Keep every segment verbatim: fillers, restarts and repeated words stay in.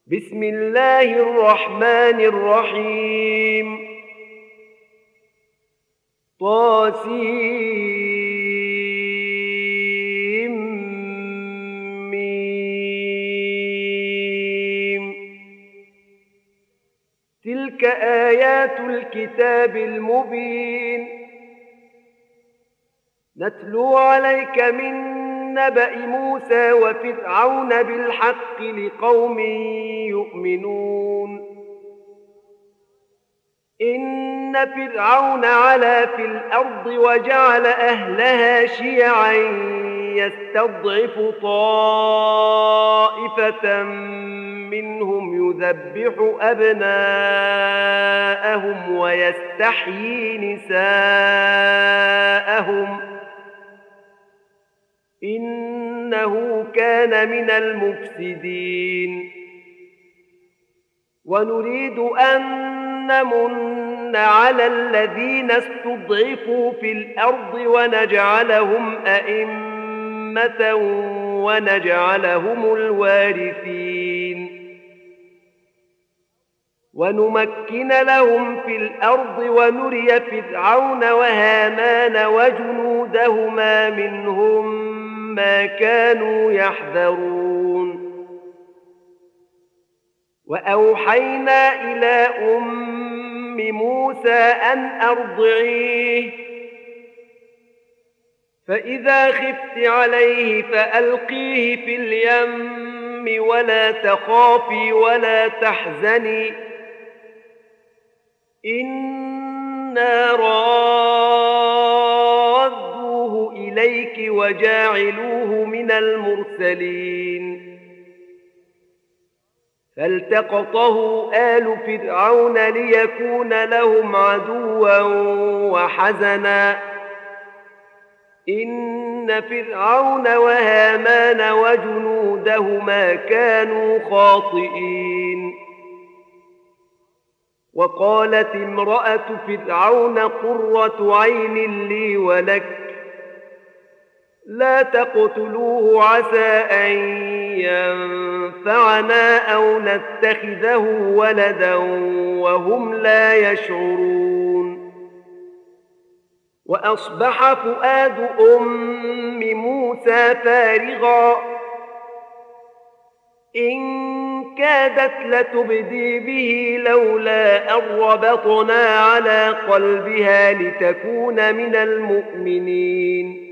بسم الله الرحمن الرحيم طاسيم ميم. تلك آيات الكتاب المبين نتلو عليك من نبأ موسى وفرعون بالحق لقوم يؤمنون. إن فرعون علا في الأرض وجعل أهلها شيعا يستضعف طائفة منهم يذبح أبناءهم ويستحيي نساءهم إنه كان من المفسدين. ونريد أن نمن على الذين استضعفوا في الأرض ونجعلهم أئمة ونجعلهم الوارثين ونمكن لهم في الأرض ونري فرعون وهامان وجنودهما منهم ما كانوا يحذرون. وأوحينا إلى أم موسى أن أرضعيه فإذا خفت عليه فألقيه في اليم ولا تخافي ولا تحزني إنا رادوه إليك وجاعلوه من المرسلين. فالتقطه آل فرعون ليكون لهم عدوا وحزنا إن فرعون وهامان وجنودهما كانوا خاطئين. وقالت امرأة فرعون قرة عين لي ولك لا تقتلوه عسى أن ينفعنا أو نتخذه ولدا وهم لا يشعرون. وأصبح فؤاد أم موسى فارغا إن كادت لتبدي به لولا أن ربطنا على قلبها لتكون من المؤمنين.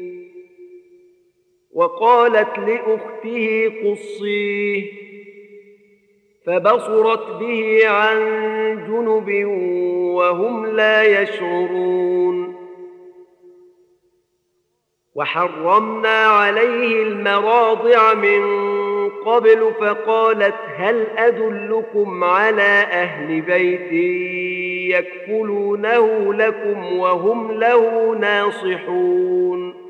وقالت لأخته قصيه فبصرت به عن جنب وهم لا يشعرون. وحرمنا عليه المراضع من قبل فقالت هل أدلكم على أهل بيت يكفلونه لكم وهم له ناصحون.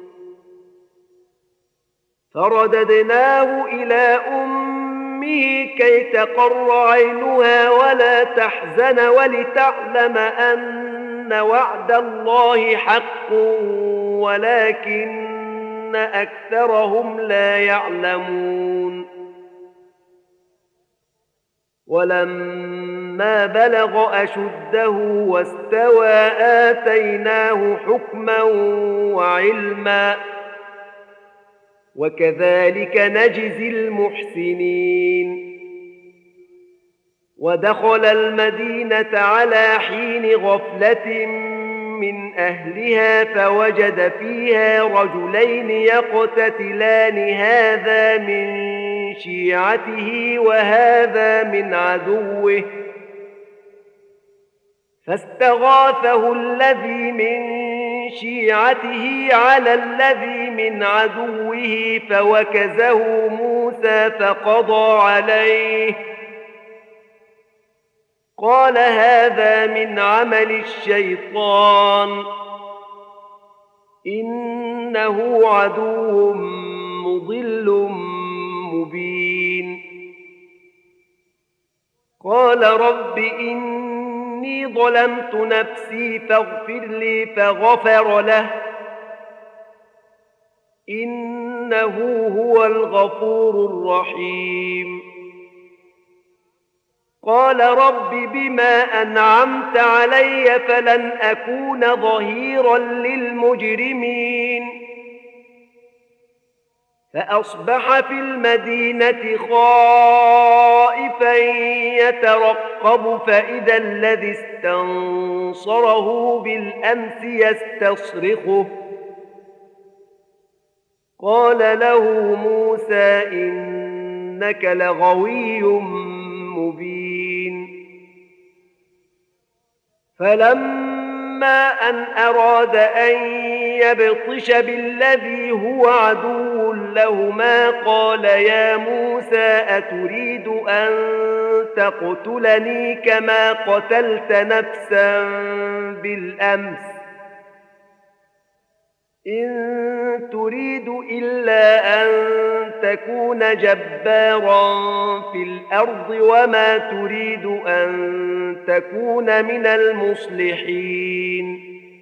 فرددناه إلى أمه كي تقر عينها ولا تحزن ولتعلم أن وعد الله حق ولكن أكثرهم لا يعلمون. ولما بلغ أشده واستوى آتيناه حكما وعلما وكذلك نجزي المحسنين. ودخل المدينة على حين غفلة من أهلها فوجد فيها رجلين يقتتلان هذا من شيعته وهذا من عدوه فاستغاثه الذي من شيعته على الذي من عدوه فوكزه موسى فقضى عليه قال هذا من عمل الشيطان إنه عدو مضل مبين. قال رب إني ظلمت نفسي فاغفر لي فغفر له إنه هو الغفور الرحيم. قال رب بما أنعمت علي فلن أكون ظهيرا للمجرمين فأصبح في المدينة خائفا يترقب فإذا الذي استنصره بالأمس يستصرخه قال له موسى إنك لغوي مبين فلما أن أراد أن يبطش بالذي هو عدو لهما قال يا موسى أتريد أن تقتلني كما قتلت نفسا بالأمس إن تريد إلا أن تكون جبارا في الأرض وما تريد أن تكون من المصلحين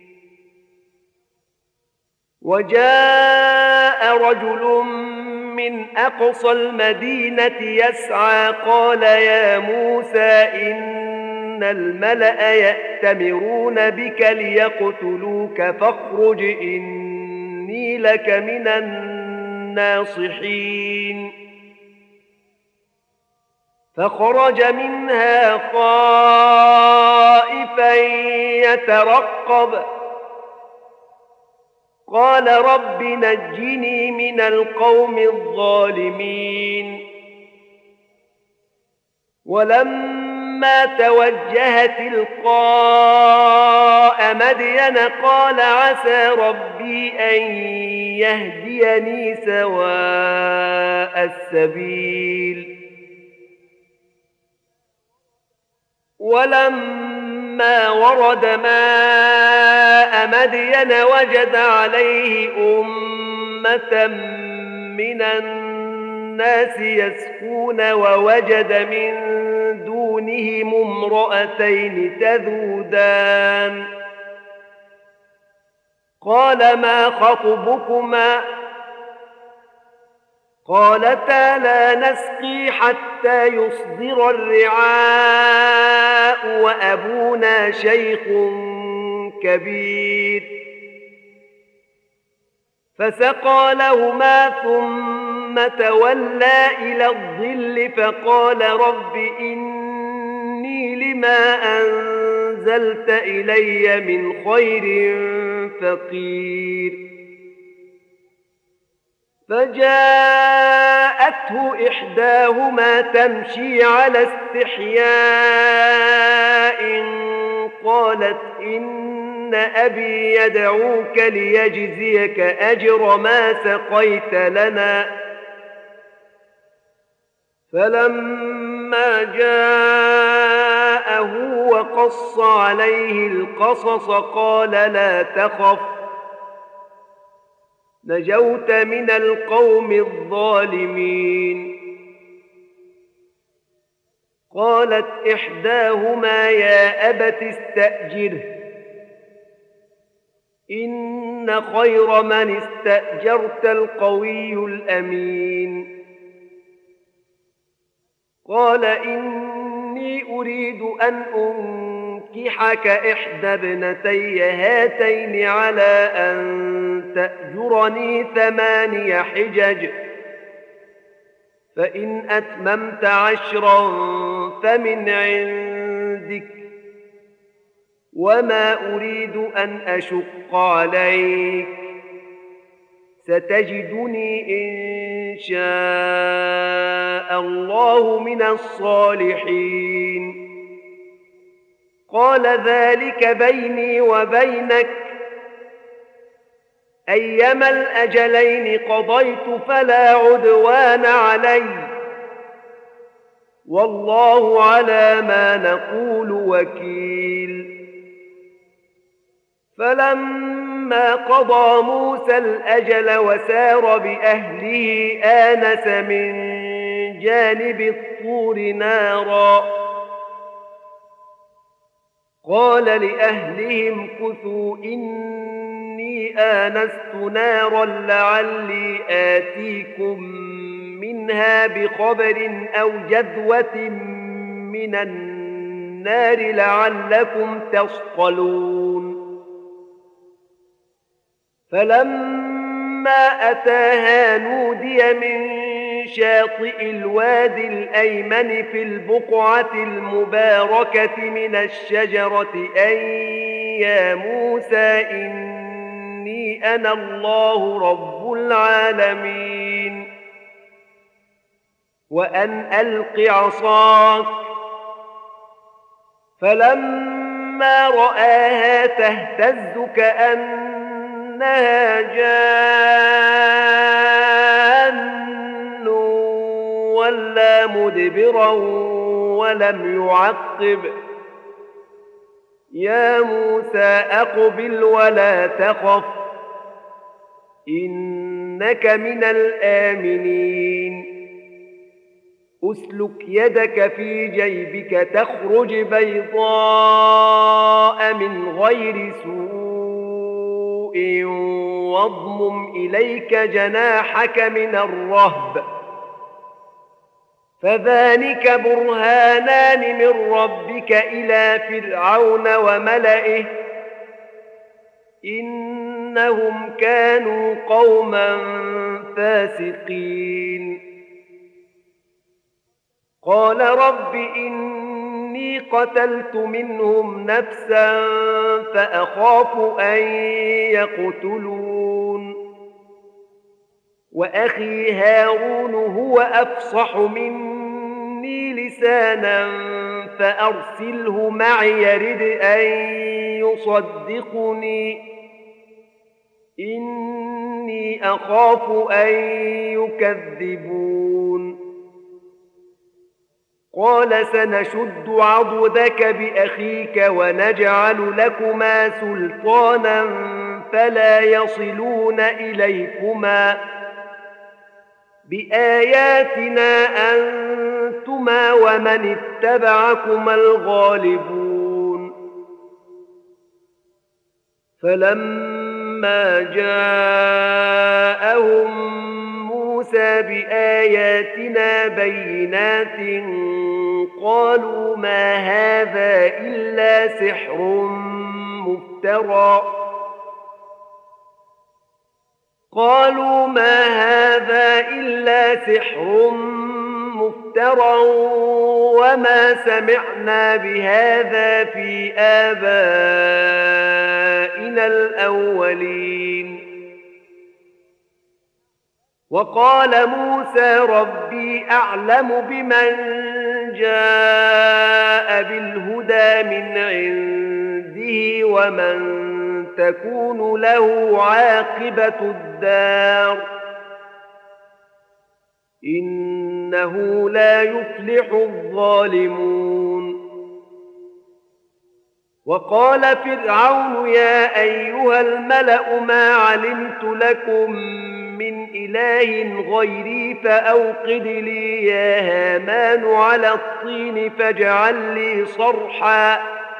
وجاء رجل من أقصى المدينة يسعى قال يا موسى إن الملأ يأتمرون بك ليقتلوك فاخرج إني لك من الناصحين فخرج منها خائفا يترقب قال رب نجني من القوم الظالمين ولما توجه تلقاء مدين قال عسى ربي أن يهديني سواء السبيل ولما ورد ماء مدين وجد عليه أمة من الناس يسقون ووجد من دونهم امرأتين تذودان قال ما خطبكما قالتا لا نسقي حتى يصدر الرعاء وأبونا شيخ كبير فسقى لهما ثم تولى إلى الظل فقال رب إني لما أنزلت إلي من خير فقير فجاءته إحداهما تمشي على استحياء قالت إن أبي يدعوك ليجزيك أجر ما سقيت لنا فلما جاءه وقص عليه القصص قال لا تخف نجوت من القوم الظالمين قالت إحداهما يا أبت استأجره إن خير من استأجرت القوي الأمين قال إني أريد أن أنكحك إحدى ابنتي هاتين على أن تأجرني ثماني حجج فإن أتممت عشرا فمن عندك وما أريد أن أشق عليك ستجدني إن شاء الله من الصالحين قال ذلك بيني وبينك أيما الأجلين قضيت فلا عدوان علي والله على ما نقول وكيل فلما قضى موسى الأجل وسار بأهله آنس من جانب الطور نارا قال لأهلهم كثوا إني آنست نارا لعلي آتيكم منها بخبر أو جذوة من النار لعلكم تصطلون فلما أتاها نودي من شاطئ الوادي الأيمن في البقعة المباركة من الشجرة أن يا موسى إني أنا الله رب العالمين وأن ألق عصاك فلما رآها تهتز كأنها جان ولا مدبرا ولم يعقب يا موسى أقبل ولا تخف إنك من الآمنين أسلك يدك في جيبك تخرج بيضاء من غير سوء واضمم إليك جناحك من الرهب فذلك برهانان من ربك إلى فرعون وملئه إنهم كانوا قوما فاسقين قال رب إني قتلت منهم نفسا فأخاف أن يقتلون وأخي هارون هو أفصح مني لسانا فأرسله معي يرد أن يصدقني إني أخاف أن يكذبون قال سنشد عضدك بأخيك ونجعل لكما سلطانا فلا يصلون إليكما بآياتنا أنتما ومن اتبعكما الغالبون فلما جاءهم موسى بآياتنا بينات قالوا ما هذا إلا سحر مفترى قالوا ما هذا إلا سحر مفترى وما سمعنا بهذا في آبائنا الأولين وقال موسى ربي أعلم بمن جاء بالهدى من عنده ومن تكون له عاقبة الدار إنه لا يفلح الظالمون وقال فرعون يا أيها الملأ ما علمت لكم من إله غيري فأوقد لي يا هامان على الطين فاجعل لي صرحا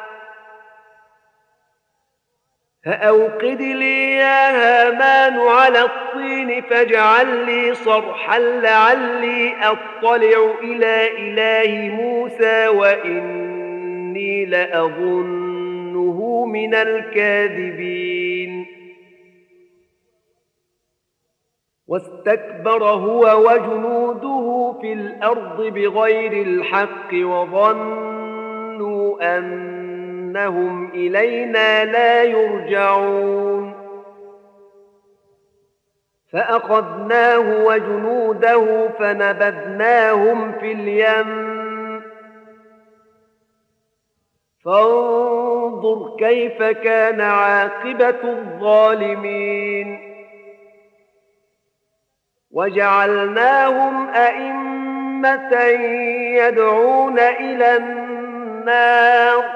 فأوقد لي يا هامان على الطين فاجعل لي صرحا لعلي أطلع إلى إله موسى وإني لأظنه من الكاذبين واستكبر هو وجنوده في الأرض بغير الحق وظنوا أنهم إلينا لا يرجعون فأخذناه وجنوده فنبذناهم في اليم فانظر كيف كان عاقبة الظالمين وجعلناهم أئمة يدعون إلى النار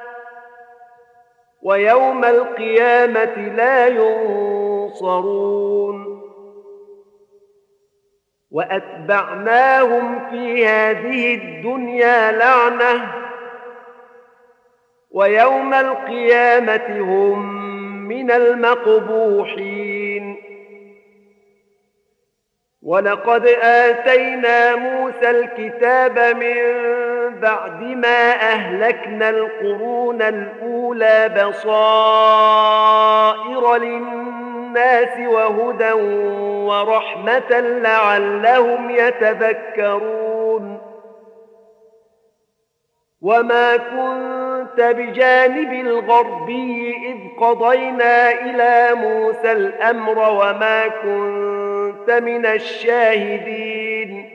ويوم القيامة لا ينصرون وأتبعناهم في هذه الدنيا لعنة ويوم القيامة هم من المقبوحين ولقد آتينا موسى الكتاب من بعد ما أهلكنا القرون الأولى بصائر للناس وهدى ورحمة لعلهم يتذكرون وما كنت بجانب الغربي إذ قضينا إلى موسى الأمر وما كنت من الشاهدين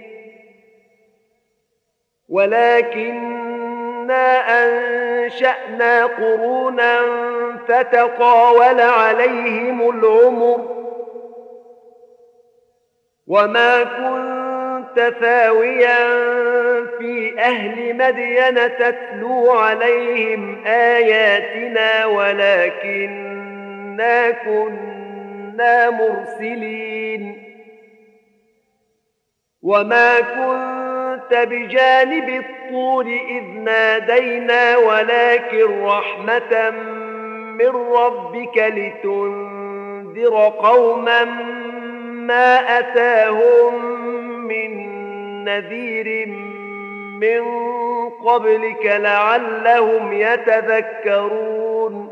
ولكننا أنشأنا قرونا فتطاول عليهم العمر وما كنت ثاويا في أهل مدين تتلو عليهم آياتنا ولكننا كنا مرسلين وما كنت بجانب الطور إذ نادينا ولكن رحمة من ربك لتنذر قوما ما أتاهم من نذير من قبلك لعلهم يتذكرون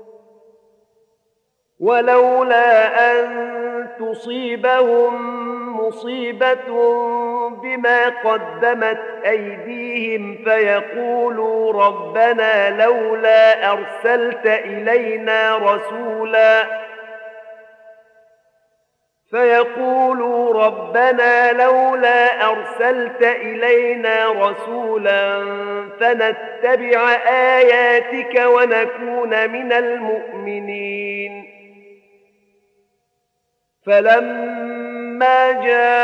ولولا أن تصيبهم مصيبة بما قدمت أيديهم فيقولوا ربنا لولا أرسلت إلينا رسولا فيقولوا ربنا لولا أرسلت إلينا رسولا فنتبع آياتك ونكون من المؤمنين فلما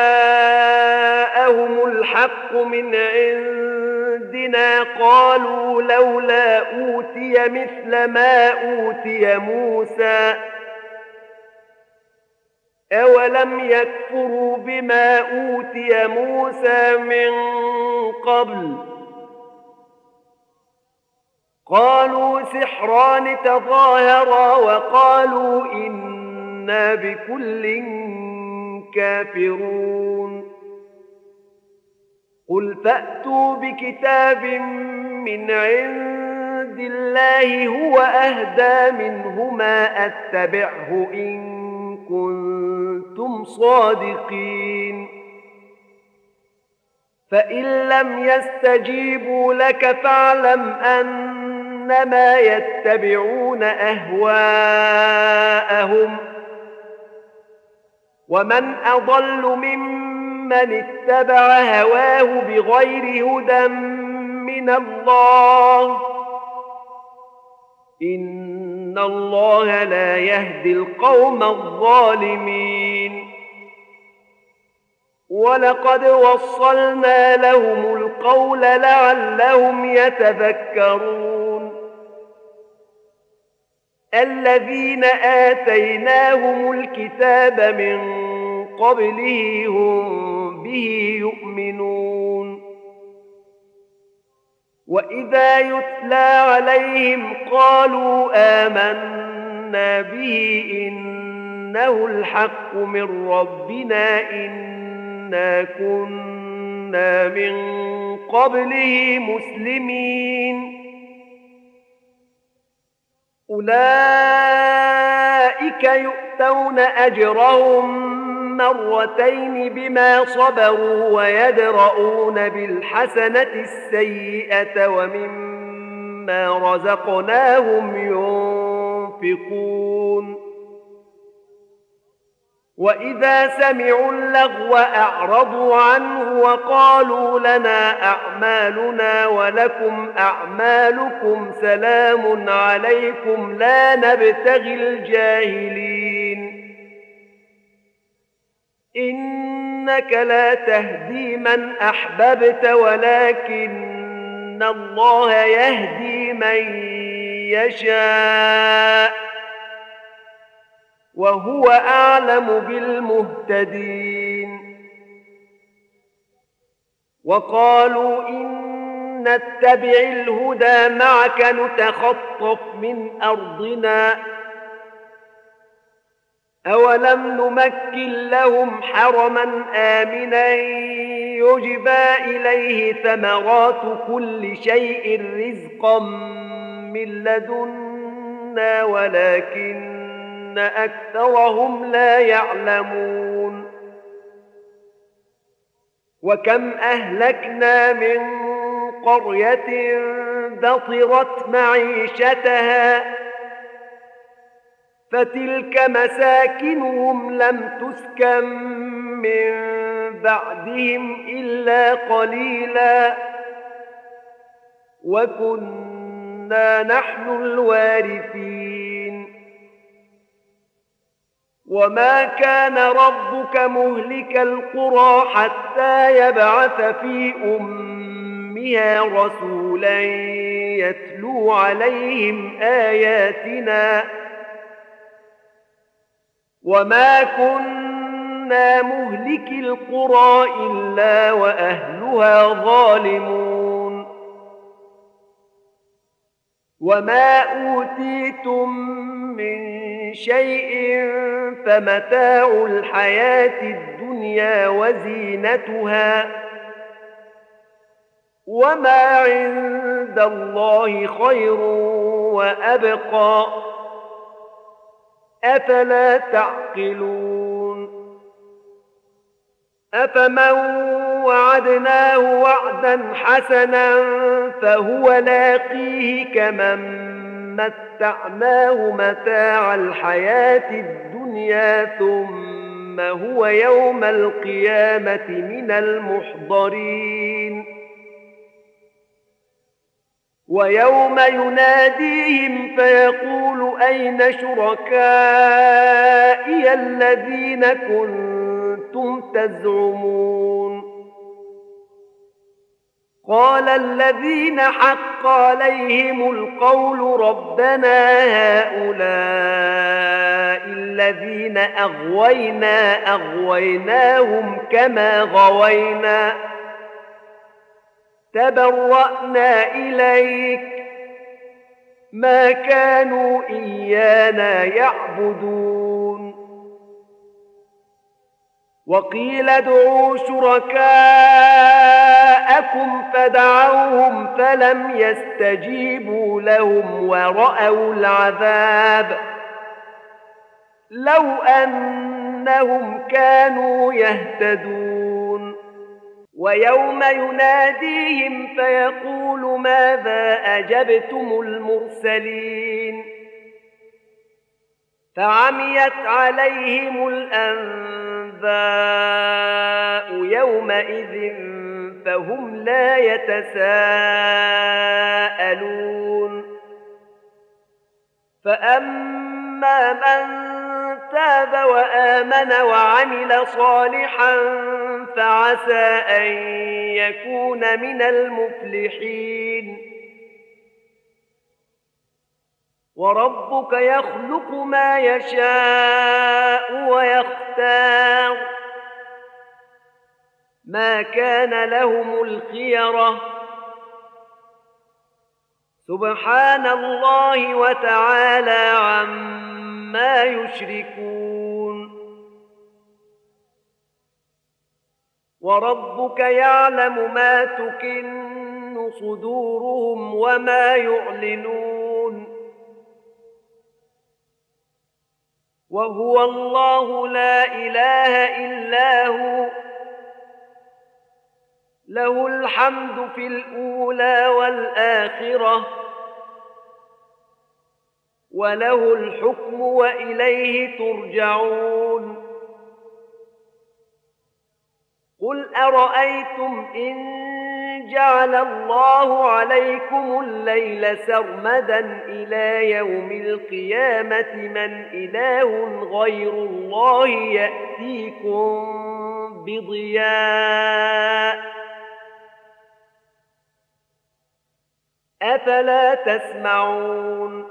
جاءهم الحق من عندنا قالوا لولا أوتي مثل ما أوتي موسى أولم يكفروا بما أوتي موسى من قبل قالوا سحران تظاهرا وقالوا إنا بكل كافرون قل فأتوا بكتاب من عند الله هو أهدى منهما أتبعه إن كنتم صادقين فإن لم يستجيبوا لك فاعلم أنما يتبعون أهواءهم ومن أضل ممن اتبع هواه بغير هدى من الله إن الله لا يهدي القوم الظالمين ولقد وصلنا لهم القول لعلهم يتذكرون الذين آتيناهم الكتاب من قبله هم به يؤمنون وإذا يتلى عليهم قالوا آمنا به إنه الحق من ربنا إنا كنا من قبله مسلمين أولئك يؤتون أجرهم مرتين بما صبروا ويدرؤون بالحسنة السيئة ومما رزقناهم ينفقون وإذا سمعوا اللغو أعرضوا عنه وقالوا لنا أعمالنا ولكم أعمالكم سلام عليكم لا نبتغي الجاهلين إنك لا تهدي من أحببت ولكن الله يهدي من يشاء وهو أعلم بالمهتدين وقالوا إن نتبع الهدى معك نتخطف من أرضنا أولم نمكن لهم حرما آمنا يجبى إليه ثمرات كل شيء رزقا من لدنا ولكن أكثرهم لا يعلمون وكم أهلكنا من قرية بطرت معيشتها فتلك مساكنهم لم تسكن من بعدهم إلا قليلا وكنا نحن الوارثين وما كان ربك مهلك القرى حتى يبعث في أمها رسولا يتلو عليهم آياتنا وما كنا مهلك القرى إلا وأهلها ظالمون وما أوتيتم من شيء فمتاع الحياة الدنيا وزينتها وما عند الله خير وأبقى أفلا تعقلون أفمن وعدناه وعدا حسنا فهو لاقيه كمن متعناه متاع الحياة الدنيا ثم هو يوم القيامة من المحضرين ويوم يناديهم فيقول أين شركائي الذين كنتم تزعمون قال الذين حق عليهم القول ربنا هؤلاء الذين أغوينا أغويناهم كما غوينا تبرأنا إليك ما كانوا إيانا يعبدون وقيل ادعوا شركاءكم فدعوهم فلم يستجيبوا لهم ورأوا العذاب لو أنهم كانوا يهتدون ويوم يناديهم فيقول ماذا أجبتم المرسلين فعميت عليهم الأنباء يومئذ فهم لا يتساءلون فأما من تاب وآمن وعمل صالحا فعسى أن يكون من المفلحين وربك يخلق ما يشاء ويختار ما كان لهم الخيرة سبحان الله وتعالى عما يشركون وربك يعلم ما تكن صدورهم وما يعلنون وهو الله لا إله إلا هو له الحمد في الأولى والآخرة وله الحكم وإليه ترجعون قل أرأيتم إن جعل الله عليكم الليل سرمدا إلى يوم القيامة من إله غير الله يأتيكم بضياء أفلا تسمعون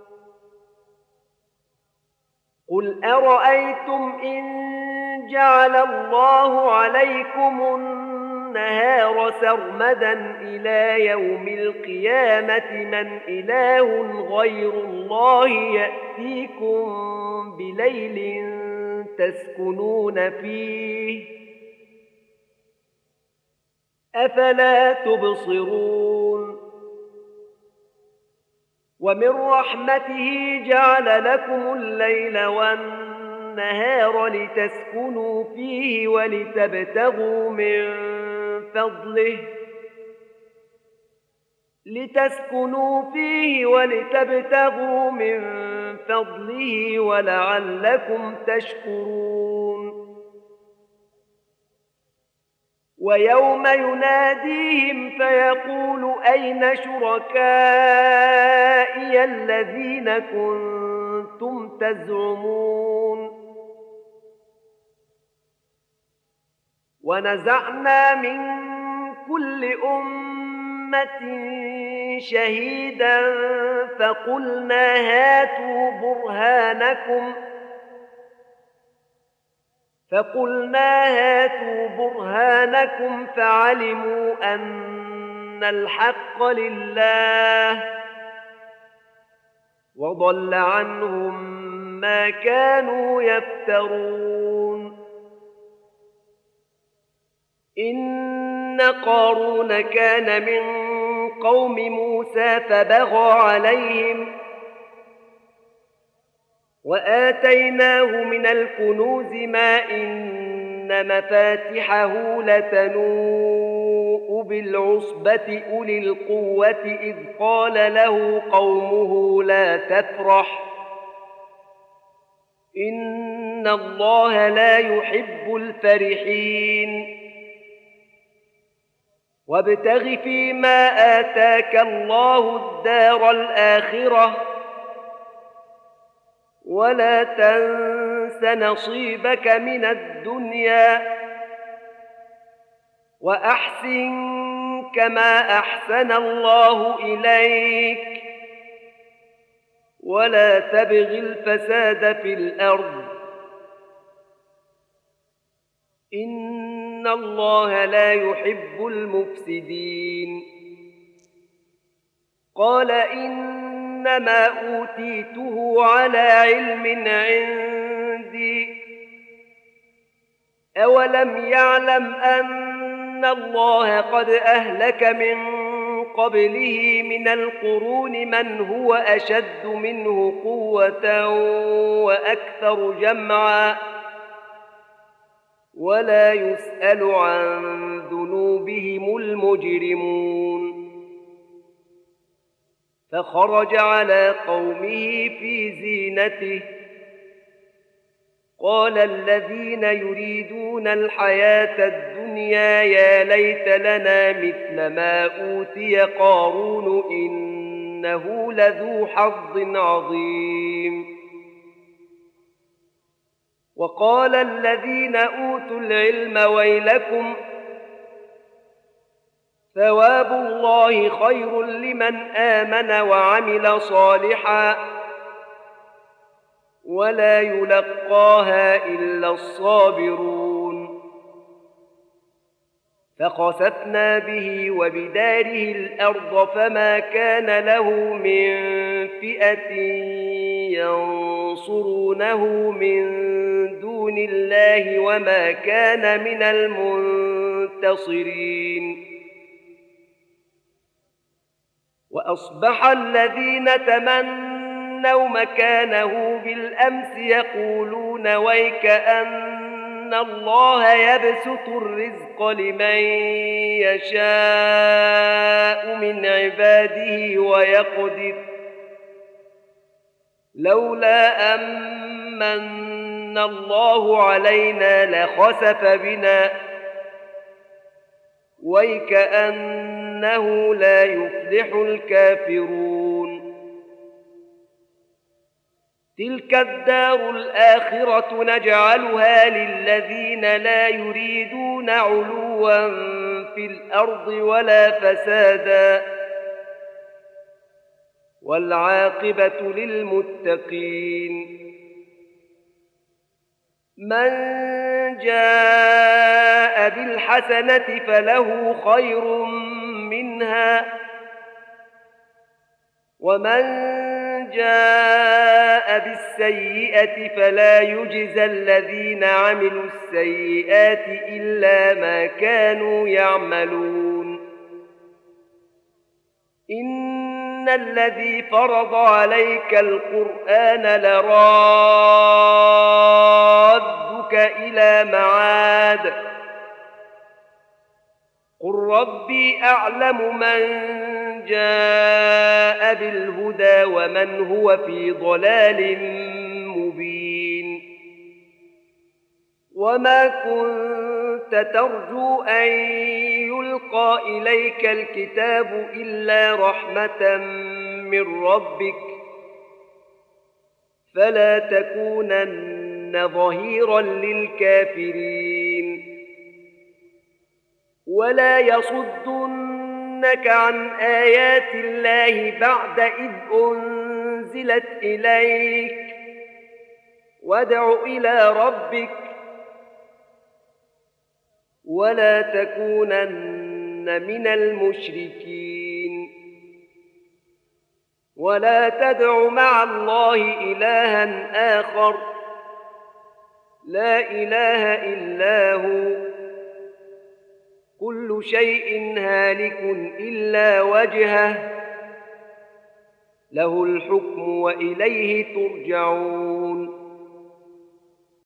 قل أرأيتم إن جعل الله عليكم النهار سرمدا إلى يوم القيامة من إله غير الله يأتيكم بليل تسكنون فيه أفلا تبصرون ومن رحمته جعل لكم الليل والنهار لتسكنوا فيه ولتبتغوا من فضله لتسكنوا فيه ولتبتغوا من فضله ولعلكم تشكرون ويوم يناديهم فيقول أين شركائي الذين كنتم تزعمون ونزعنا من كل أمة شهيدا فقلنا هاتوا برهانكم فقلنا هاتوا برهانكم فعلموا أن الحق لله وضل عنهم ما كانوا يفترون إن قارون كان من قوم موسى فبغى عليهم وآتيناه من الكنوز ما إن مفاتحه لتنوء بالعصبة أولي القوة إذ قال له قومه لا تفرح إن الله لا يحب الفرحين وابتغ فيما آتاك الله الدار الآخرة ولا تنس نصيبك من الدنيا وأحسن كما أحسن الله إليك ولا تبغ الفساد في الأرض إن الله لا يحب المفسدين قال إنما أوتيته على علم عندي أولم يعلم أن الله قد أهلك من قبله من القرون من هو أشد منه قوة وأكثر جمعا ولا يسأل عن ذنوبهم المجرمون فخرج على قومه في زينته قال الذين يريدون الحياة الدنيا يا ليت لنا مثل ما أوتي قارون إنه لذو حظ عظيم وقال الذين أوتوا العلم ويلكم ثواب الله خير لمن آمن وعمل صالحا ولا يلقاها إلا الصابرون فخسفنا به وبداره الأرض فما كان له من فئة ينصرونه من دون الله وما كان من المنتصرين وأصبح الذين تمنوا مكانه بالأمس يقولون ويك أن الله يبسط الرزق لمن يشاء من عباده ويقدر لولا أمن الله علينا لخسف بنا ويكأنه لا يفلح الكافرون تلك الدار الآخرة نجعلها للذين لا يريدون علوا في الأرض ولا فسادا والعاقبة للمتقين من جاء بالحسنة فله خير منها ومن جاء بالسيئة فلا يجزى الذين عملوا السيئات إلا ما كانوا يعملون إن الذي فرض عليك القرآن لرادك إلى معاد قل ربي أعلم من جاء بالهدى ومن هو في ضلال مبين وما كنت ترجو أن يلقى إليك الكتاب إلا رحمة من ربك فلا تكونن ظهيرا للكافرين ولا يصدنك عن آيات الله بعد إذ أنزلت إليك وادع إلى ربك ولا تكونن من المشركين ولا تدع مع الله إلها آخر لا إله إلا هو كل شيء هالك إلا وجهه له الحكم وإليه ترجعون